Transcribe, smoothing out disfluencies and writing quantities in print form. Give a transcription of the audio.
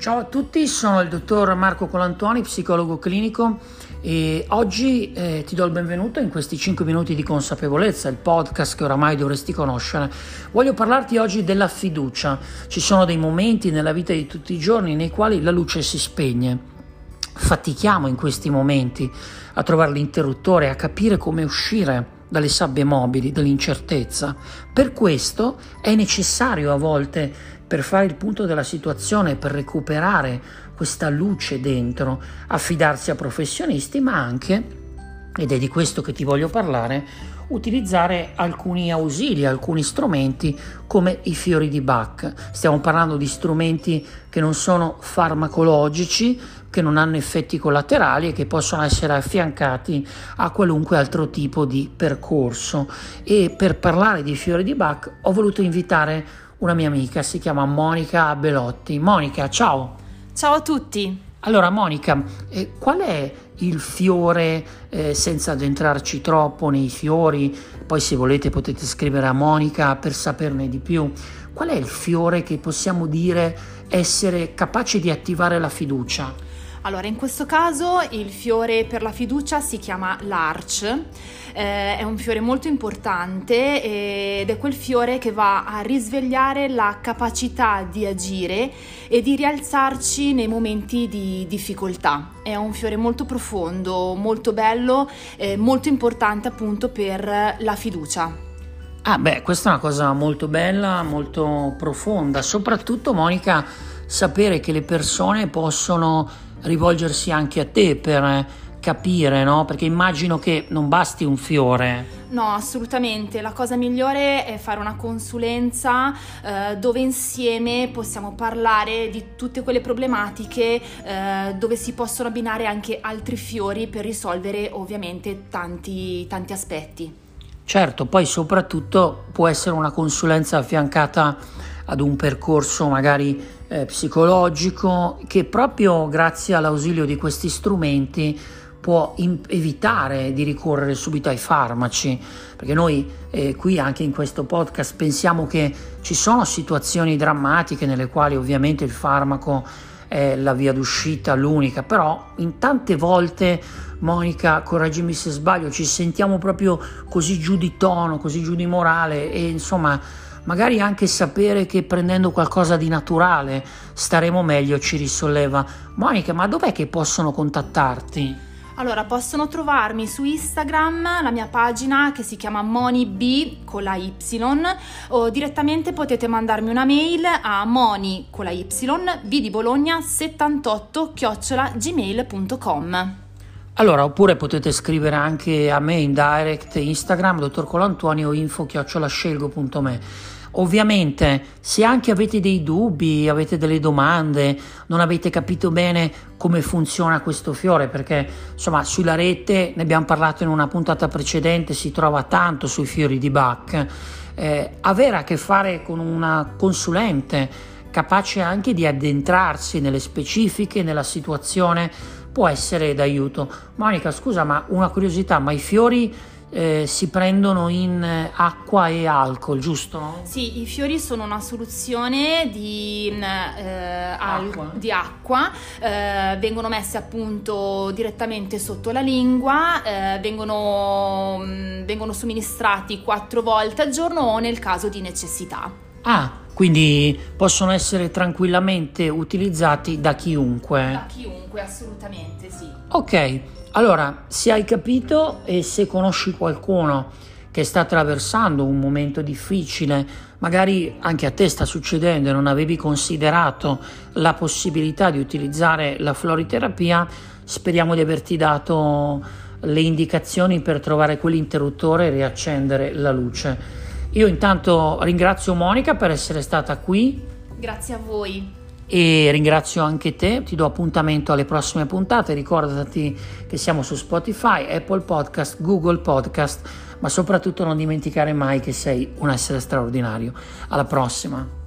Ciao a tutti, sono il dottor Marco Colantuoni, psicologo clinico, e oggi ti do il benvenuto in questi 5 minuti di consapevolezza, il podcast che oramai dovresti conoscere. Voglio parlarti oggi della fiducia. Ci sono dei momenti nella vita di tutti i giorni nei quali la luce si spegne. Fatichiamo in questi momenti a trovare l'interruttore, a capire come uscire dalle sabbie mobili, dall'incertezza. Per questo è necessario a volte, per fare il punto della situazione, per recuperare questa luce dentro, affidarsi a professionisti, ma anche, ed è di questo che ti voglio parlare, utilizzare alcuni ausili, alcuni strumenti come i fiori di Bach. Stiamo parlando di strumenti che non sono farmacologici, che non hanno effetti collaterali e che possono essere affiancati a qualunque altro tipo di percorso. E per parlare di fiori di Bach ho voluto invitare una mia amica, si chiama Monica Belotti. Monica, ciao! Ciao a tutti! Allora Monica, qual è il fiore, senza addentrarci troppo nei fiori, poi se volete potete scrivere a Monica per saperne di più, qual è il fiore che possiamo dire essere capace di attivare la fiducia? Allora, in questo caso il fiore per la fiducia si chiama l'arch, è un fiore molto importante ed è quel fiore che va a risvegliare la capacità di agire e di rialzarci nei momenti di difficoltà. È un fiore molto profondo, molto bello, molto importante appunto per la fiducia. Questa è una cosa molto bella, molto profonda, soprattutto Monica, sapere che le persone possono rivolgersi anche a te per capire, no? Perché immagino che non basti un fiore. No, assolutamente. La cosa migliore è fare una consulenza dove insieme possiamo parlare di tutte quelle problematiche, dove si possono abbinare anche altri fiori per risolvere ovviamente tanti aspetti. Certo, poi soprattutto può essere una consulenza affiancata ad un percorso magari psicologico che proprio grazie all'ausilio di questi strumenti può evitare di ricorrere subito ai farmaci, perché noi qui anche in questo podcast pensiamo che ci sono situazioni drammatiche nelle quali ovviamente il farmaco è la via d'uscita, l'unica, però in tante volte, Monica, correggimi se sbaglio, ci sentiamo proprio così giù di tono, così giù di morale e insomma magari anche sapere che prendendo qualcosa di naturale staremo meglio ci risolleva. Monica, ma dov'è che possono contattarti? Allora, possono trovarmi su Instagram, la mia pagina che si chiama MoniB con la Y, o direttamente potete mandarmi una mail a moni con la Y, B di Bologna 78@gmail.com. Allora, oppure potete scrivere anche a me in direct Instagram, dottor Colantuoni, o info@scelgo.me. Ovviamente, se anche avete dei dubbi, avete delle domande, non avete capito bene come funziona questo fiore, perché insomma sulla rete ne abbiamo parlato in una puntata precedente, si trova tanto sui fiori di Bach, avere a che fare con una consulente capace anche di addentrarsi nelle specifiche, nella situazione, può essere d'aiuto. Monica, scusa, ma una curiosità, ma i fiori si prendono in acqua e alcol, giusto? Sì, i fiori sono una soluzione di acqua, vengono messe appunto direttamente sotto la lingua, vengono somministrati 4 volte al giorno o nel caso di necessità. Quindi possono essere tranquillamente utilizzati da chiunque? Da chiunque, assolutamente sì. Ok, allora, se hai capito e se conosci qualcuno che sta attraversando un momento difficile, magari anche a te sta succedendo e non avevi considerato la possibilità di utilizzare la floriterapia, speriamo di averti dato le indicazioni per trovare quell'interruttore e riaccendere la luce. Io intanto ringrazio Monica per essere stata qui. Grazie a voi. E ringrazio anche te, ti do appuntamento alle prossime puntate, ricordati che siamo su Spotify, Apple Podcast, Google Podcast, ma soprattutto non dimenticare mai che sei un essere straordinario. Alla prossima!